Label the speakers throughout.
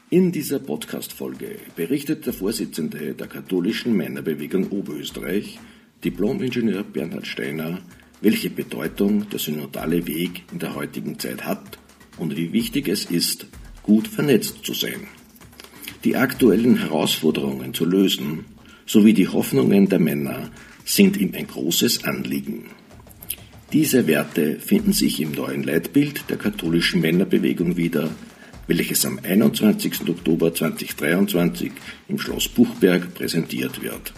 Speaker 1: In dieser Podcast-Folge berichtet der Vorsitzende der katholischen Männerbewegung Oberösterreich, Diplom-Ingenieur Bernhard Steiner, welche Bedeutung der synodale Weg in der heutigen Zeit hat und wie wichtig es ist, gut vernetzt zu sein. Die aktuellen Herausforderungen zu lösen sowie die Hoffnungen der Männer sind ihm ein großes Anliegen. Diese Werte finden sich im neuen Leitbild der katholischen Männerbewegung wieder, welches am 21. Oktober 2023 im Schloss Buchberg präsentiert wird.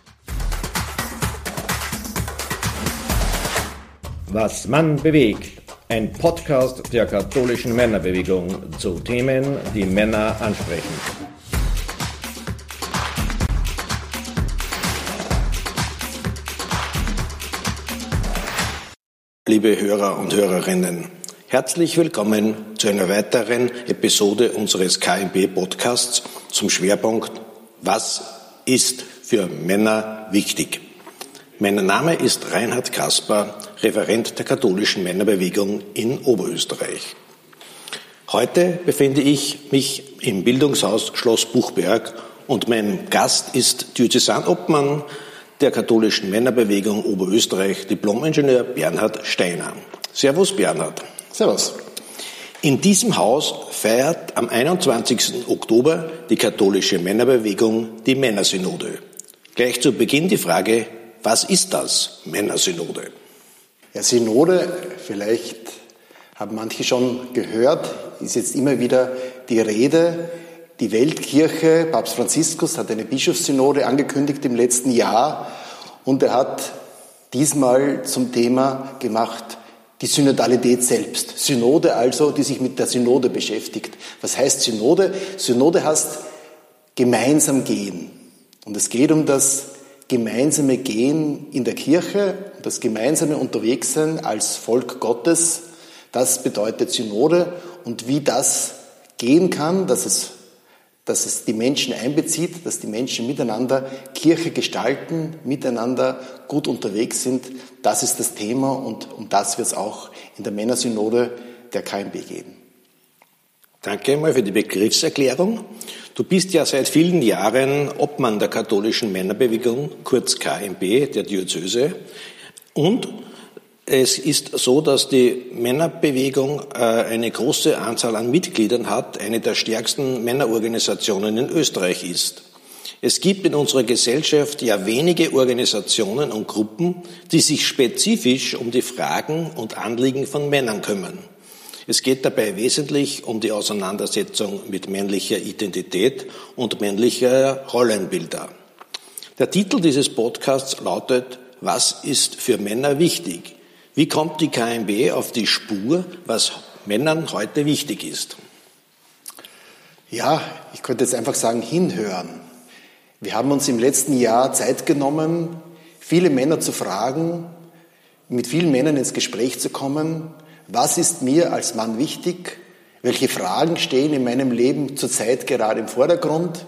Speaker 2: Was Mann bewegt, ein Podcast der katholischen Männerbewegung zu Themen, die Männer ansprechen.
Speaker 3: Liebe Hörer und Hörerinnen, herzlich willkommen zu einer weiteren Episode unseres KMB-Podcasts zum Schwerpunkt Was ist für Männer wichtig? Mein Name ist Reinhard Kasper, Referent der katholischen Männerbewegung in Oberösterreich. Heute befinde ich mich im Bildungshaus Schloss Buchberg und mein Gast ist Diözesanobmann der katholischen Männerbewegung Oberösterreich, Diplom-Ingenieur Bernhard Steiner. Servus Bernhard.
Speaker 4: Servus.
Speaker 3: In diesem Haus feiert am 21. Oktober die katholische Männerbewegung die Männersynode. Gleich zu Beginn die Frage, was ist das, Männersynode?
Speaker 4: Ja, Synode, vielleicht haben manche schon gehört, ist jetzt immer wieder die Rede. Die Weltkirche, Papst Franziskus hat eine Bischofssynode angekündigt im letzten Jahr und er hat diesmal zum Thema gemacht die Synodalität selbst. Synode also, die sich mit der Synode beschäftigt. Was heißt Synode? Synode heißt gemeinsam gehen. Und es geht um das gemeinsame Gehen in der Kirche, das gemeinsame Unterwegssein als Volk Gottes. Das bedeutet Synode und wie das gehen kann, dass es die Menschen einbezieht, dass die Menschen miteinander Kirche gestalten, miteinander gut unterwegs sind. Das ist das Thema und um das wird es auch in der Männersynode der KMB gehen.
Speaker 3: Danke einmal für die Begriffserklärung. Du bist ja seit vielen Jahren Obmann der katholischen Männerbewegung, kurz KMB, der Diözese. Und es ist so, dass die Männerbewegung eine große Anzahl an Mitgliedern hat, eine der stärksten Männerorganisationen in Österreich ist. Es gibt in unserer Gesellschaft ja wenige Organisationen und Gruppen, die sich spezifisch um die Fragen und Anliegen von Männern kümmern. Es geht dabei wesentlich um die Auseinandersetzung mit männlicher Identität und männlicher Rollenbilder. Der Titel dieses Podcasts lautet, was ist für Männer wichtig? Wie kommt die KMB auf die Spur, was Männern heute wichtig ist?
Speaker 4: Ja, ich könnte jetzt einfach sagen, hinhören. Wir haben uns im letzten Jahr Zeit genommen, viele Männer zu fragen, mit vielen Männern ins Gespräch zu kommen. Was ist mir als Mann wichtig? Welche Fragen stehen in meinem Leben zurzeit gerade im Vordergrund?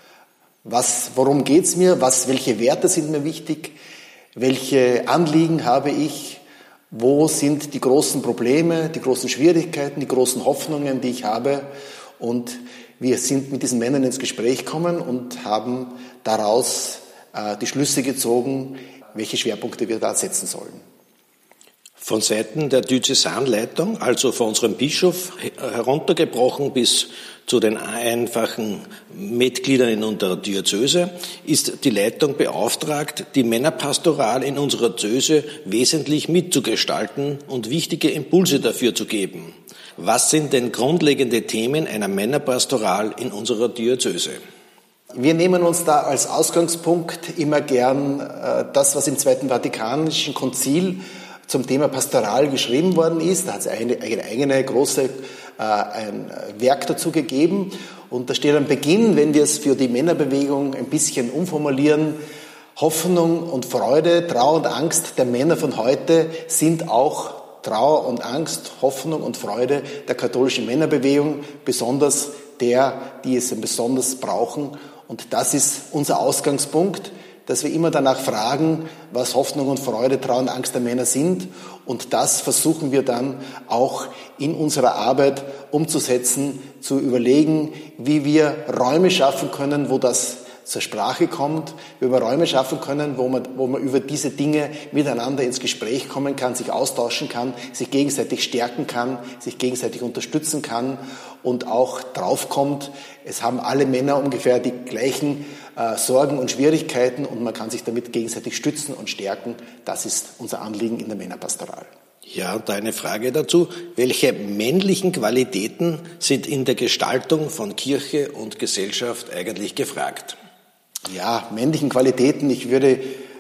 Speaker 4: Worum geht's mir? Welche Werte sind mir wichtig? Welche Anliegen habe ich? Wo sind die großen Probleme, die großen Schwierigkeiten, die großen Hoffnungen, die ich habe? Und wir sind mit diesen Männern ins Gespräch gekommen und haben daraus die Schlüsse gezogen, welche Schwerpunkte wir da setzen sollen.
Speaker 3: Von Seiten der Diözesanleitung, also von unserem Bischof heruntergebrochen bis zu den einfachen Mitgliedern in unserer Diözese, ist die Leitung beauftragt, die Männerpastoral in unserer Diözese wesentlich mitzugestalten und wichtige Impulse dafür zu geben. Was sind denn grundlegende Themen einer Männerpastoral in unserer Diözese?
Speaker 4: Wir nehmen uns da als Ausgangspunkt immer gern das, was im Zweiten Vatikanischen Konzil zum Thema Pastoral geschrieben worden ist. Da hat es eine eigene große ein Werk dazu gegeben. Und da steht am Beginn, wenn wir es für die Männerbewegung ein bisschen umformulieren, Hoffnung und Freude, Trauer und Angst der Männer von heute sind auch Trauer und Angst, Hoffnung und Freude der katholischen Männerbewegung, besonders die es besonders brauchen. Und das ist unser Ausgangspunkt. dass wir immer danach fragen, was Hoffnung und Freude, Trauer und Angst der Männer sind. Und das versuchen wir dann auch in unserer Arbeit umzusetzen, zu überlegen, wie wir Räume schaffen können, wo das zur Sprache kommt, wie wir Räume schaffen können, wo man über diese Dinge miteinander ins Gespräch kommen kann, sich austauschen kann, sich gegenseitig stärken kann, sich gegenseitig unterstützen kann und auch draufkommt, es haben alle Männer ungefähr die gleichen Sorgen und Schwierigkeiten und man kann sich damit gegenseitig stützen und stärken. Das ist unser Anliegen in der Männerpastoral.
Speaker 3: Ja, und eine Frage dazu. Welche männlichen Qualitäten sind in der Gestaltung von Kirche und Gesellschaft eigentlich gefragt?
Speaker 4: Ja, männlichen Qualitäten, ich würde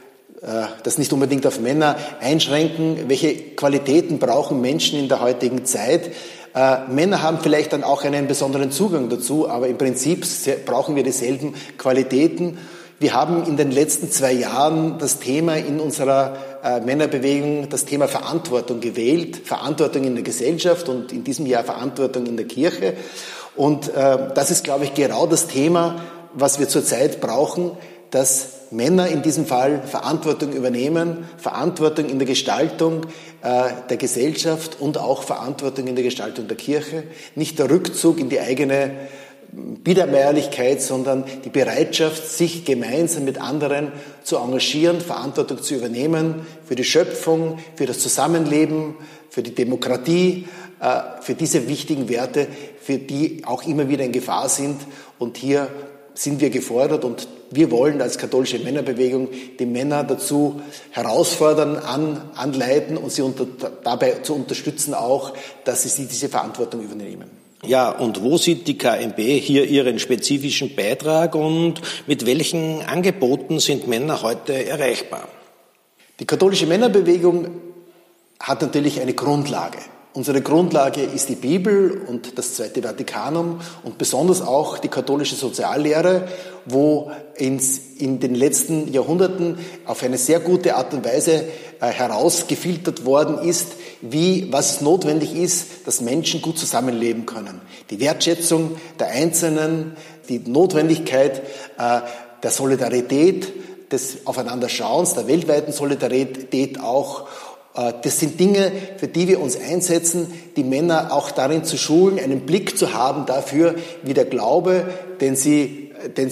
Speaker 4: das nicht unbedingt auf Männer einschränken. Welche Qualitäten brauchen Menschen in der heutigen Zeit? Männer haben vielleicht dann auch einen besonderen Zugang dazu, aber im Prinzip brauchen wir dieselben Qualitäten. Wir haben in den letzten 2 Jahren das Thema in unserer Männerbewegung, das Thema Verantwortung gewählt. Verantwortung in der Gesellschaft und in diesem Jahr Verantwortung in der Kirche. Und das ist, glaube ich, genau das Thema, was wir zurzeit brauchen, dass Männer in diesem Fall Verantwortung übernehmen, Verantwortung in der Gestaltung der Gesellschaft und auch Verantwortung in der Gestaltung der Kirche. Nicht der Rückzug in die eigene Biedermeierlichkeit, sondern die Bereitschaft, sich gemeinsam mit anderen zu engagieren, Verantwortung zu übernehmen für die Schöpfung, für das Zusammenleben, für die Demokratie, für diese wichtigen Werte, für die auch immer wieder in Gefahr sind. Und hier sind wir gefordert und wir wollen als katholische Männerbewegung die Männer dazu herausfordern, anleiten und sie dabei zu unterstützen auch, dass sie diese Verantwortung übernehmen.
Speaker 3: Ja, und wo sieht die KMB hier ihren spezifischen Beitrag und mit welchen Angeboten sind Männer heute erreichbar?
Speaker 4: Die katholische Männerbewegung hat natürlich eine Grundlage. Unsere Grundlage ist die Bibel und das Zweite Vatikanum und besonders auch die katholische Soziallehre, wo in den letzten Jahrhunderten auf eine sehr gute Art und Weise herausgefiltert worden ist, was notwendig ist, dass Menschen gut zusammenleben können. Die Wertschätzung der Einzelnen, die Notwendigkeit der Solidarität, des Aufeinanderschauens, der weltweiten Solidarität auch. Das sind Dinge, für die wir uns einsetzen, die Männer auch darin zu schulen, einen Blick zu haben dafür, wie der Glaube, den sie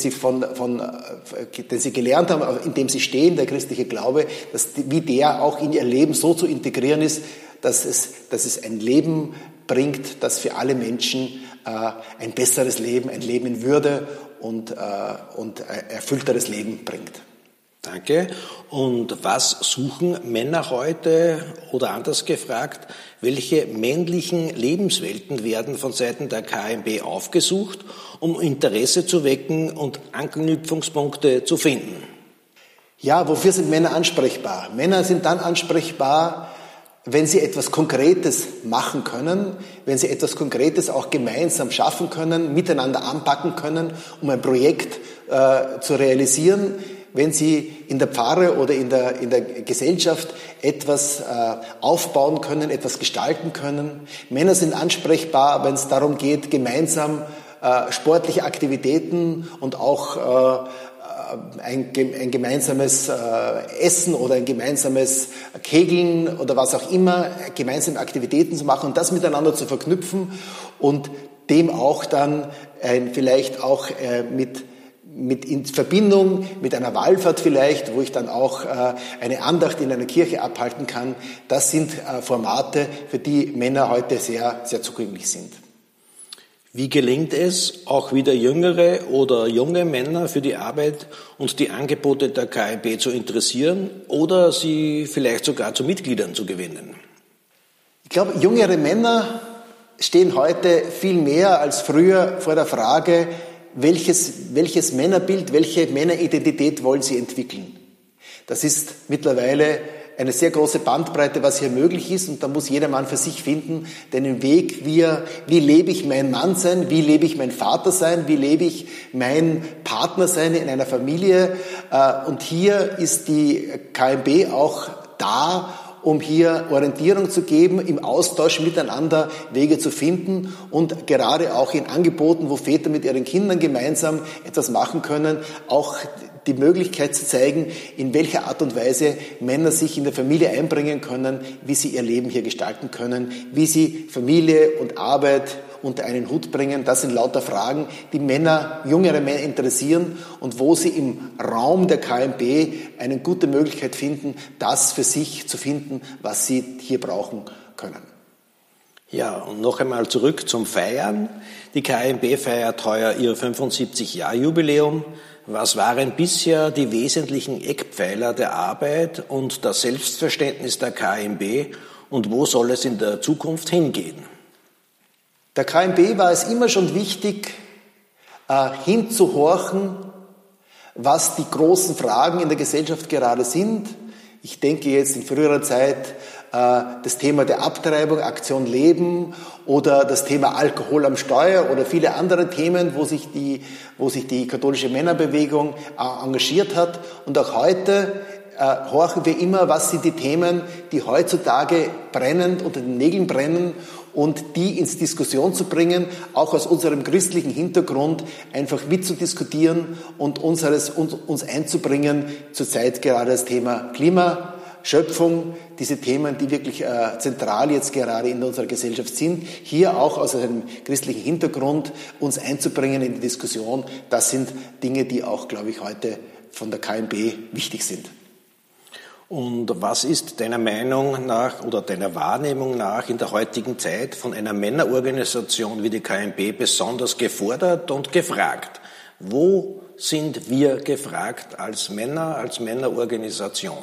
Speaker 4: gelernt haben, in dem sie stehen, der christliche Glaube, wie der auch in ihr Leben so zu integrieren ist, dass es ein Leben bringt, das für alle Menschen ein besseres Leben, ein Leben in Würde und erfüllteres Leben bringt.
Speaker 3: Danke. Und was suchen Männer heute? Oder anders gefragt, welche männlichen Lebenswelten werden von Seiten der KMB aufgesucht, um Interesse zu wecken und Anknüpfungspunkte zu finden?
Speaker 4: Ja, wofür sind Männer ansprechbar? Männer sind dann ansprechbar, wenn sie etwas Konkretes machen können, wenn sie etwas Konkretes auch gemeinsam schaffen können, miteinander anpacken können, um ein Projekt zu realisieren, wenn sie in der Pfarre oder in der Gesellschaft etwas aufbauen können, etwas gestalten können. Männer sind ansprechbar, wenn es darum geht, gemeinsam sportliche Aktivitäten und auch ein gemeinsames Essen oder ein gemeinsames Kegeln oder was auch immer, gemeinsame Aktivitäten zu machen und das miteinander zu verknüpfen und dem auch dann vielleicht auch mit in Verbindung mit einer Wallfahrt vielleicht, wo ich dann auch eine Andacht in einer Kirche abhalten kann. Das sind Formate, für die Männer heute sehr, sehr zugänglich sind.
Speaker 3: Wie gelingt es, auch wieder jüngere oder junge Männer für die Arbeit und die Angebote der KMB zu interessieren oder sie vielleicht sogar zu Mitgliedern zu gewinnen?
Speaker 4: Ich glaube, jüngere Männer stehen heute viel mehr als früher vor der Frage, welches Männerbild, welche Männeridentität wollen sie entwickeln. Das ist mittlerweile eine sehr große Bandbreite, was hier möglich ist, und da muss jeder Mann für sich finden, den Weg, wie lebe ich mein Mann sein, wie lebe ich mein Vater sein, wie lebe ich mein Partner sein in einer Familie, und hier ist die KMB auch da, um hier Orientierung zu geben, im Austausch miteinander Wege zu finden und gerade auch in Angeboten, wo Väter mit ihren Kindern gemeinsam etwas machen können, auch die Möglichkeit zu zeigen, in welcher Art und Weise Männer sich in der Familie einbringen können, wie sie ihr Leben hier gestalten können, wie sie Familie und Arbeit unter einen Hut bringen. Das sind lauter Fragen, die jüngere Männer interessieren und wo sie im Raum der KMB eine gute Möglichkeit finden, das für sich zu finden, was sie hier brauchen können.
Speaker 3: Ja, und noch einmal zurück zum Feiern. Die KMB feiert heuer ihr 75-Jahr-Jubiläum. Was waren bisher die wesentlichen Eckpfeiler der Arbeit und das Selbstverständnis der KMB und wo soll es in der Zukunft hingehen?
Speaker 4: Der KMB war es immer schon wichtig, hinzuhorchen, was die großen Fragen in der Gesellschaft gerade sind. Ich denke jetzt in früherer Zeit das Thema der Abtreibung, Aktion Leben oder das Thema Alkohol am Steuer oder viele andere Themen, wo sich die katholische Männerbewegung engagiert hat. Und auch heute horchen wir immer, was sind die Themen, die heutzutage brennend unter den Nägeln brennen und die ins Diskussion zu bringen, auch aus unserem christlichen Hintergrund einfach mitzudiskutieren und uns einzubringen. Zurzeit gerade das Thema Klima, Schöpfung, diese Themen, die wirklich zentral jetzt gerade in unserer Gesellschaft sind, hier auch aus einem christlichen Hintergrund uns einzubringen in die Diskussion, das sind Dinge, die auch, glaube ich, heute von der KMB wichtig sind.
Speaker 3: Und was ist deiner Meinung nach oder deiner Wahrnehmung nach in der heutigen Zeit von einer Männerorganisation wie die KMB besonders gefordert und gefragt? Wo sind wir gefragt als Männer, als Männerorganisation?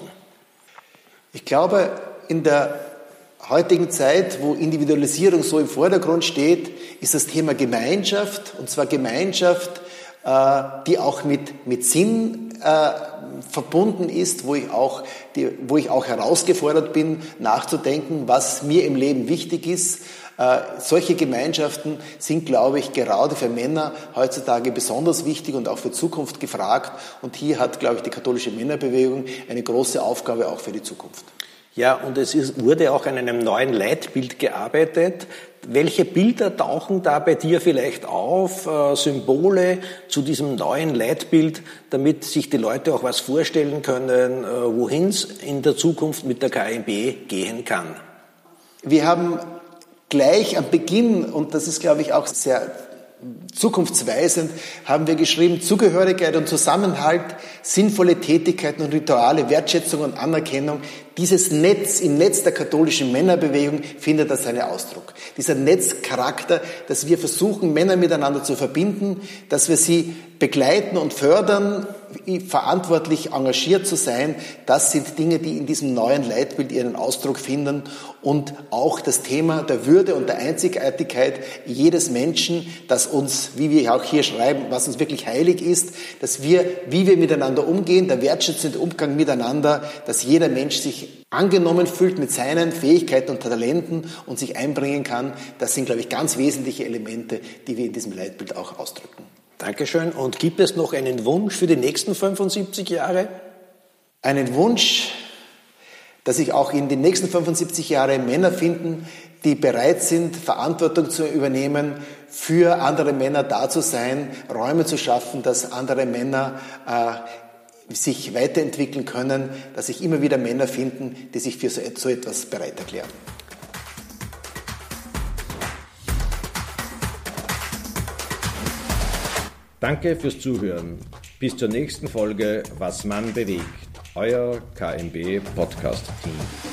Speaker 4: Ich glaube, in der heutigen Zeit, wo Individualisierung so im Vordergrund steht, ist das Thema Gemeinschaft, und zwar Gemeinschaft, die auch mit Sinn verbunden ist, wo ich auch herausgefordert bin, nachzudenken, was mir im Leben wichtig ist. Solche Gemeinschaften sind, glaube ich, gerade für Männer heutzutage besonders wichtig und auch für Zukunft gefragt. Und hier hat, glaube ich, die katholische Männerbewegung eine große Aufgabe auch für die Zukunft.
Speaker 3: Ja, und wurde auch an einem neuen Leitbild gearbeitet. Welche Bilder tauchen da bei dir vielleicht auf, Symbole zu diesem neuen Leitbild, damit sich die Leute auch was vorstellen können, wohin es in der Zukunft mit der KMB gehen kann?
Speaker 4: Wir haben gleich am Beginn, und das ist, glaube ich, auch sehr zukunftsweisend, haben wir geschrieben, Zugehörigkeit und Zusammenhalt, sinnvolle Tätigkeiten und Rituale, Wertschätzung und Anerkennung. Dieses Netz, im Netz der katholischen Männerbewegung findet das seinen Ausdruck. Dieser Netzcharakter, dass wir versuchen, Männer miteinander zu verbinden, dass wir sie begleiten und fördern, verantwortlich engagiert zu sein, das sind Dinge, die in diesem neuen Leitbild ihren Ausdruck finden. Und auch das Thema der Würde und der Einzigartigkeit jedes Menschen, das uns, wie wir auch hier schreiben, was uns wirklich heilig ist, dass wir, wie wir miteinander umgehen, der wertschätzende Umgang miteinander, dass jeder Mensch sich angenommen fühlt mit seinen Fähigkeiten und Talenten und sich einbringen kann. Das sind, glaube ich, ganz wesentliche Elemente, die wir in diesem Leitbild auch ausdrücken.
Speaker 3: Dankeschön. Und gibt es noch einen Wunsch für die nächsten 75 Jahre?
Speaker 4: Einen Wunsch, dass sich auch in den nächsten 75 Jahren Männer finden, die bereit sind, Verantwortung zu übernehmen, für andere Männer da zu sein, Räume zu schaffen, dass andere Männer sich weiterentwickeln können, dass sich immer wieder Männer finden, die sich für so etwas bereit erklären.
Speaker 2: Danke fürs Zuhören. Bis zur nächsten Folge Was Mann bewegt. Euer KMB Podcast Team.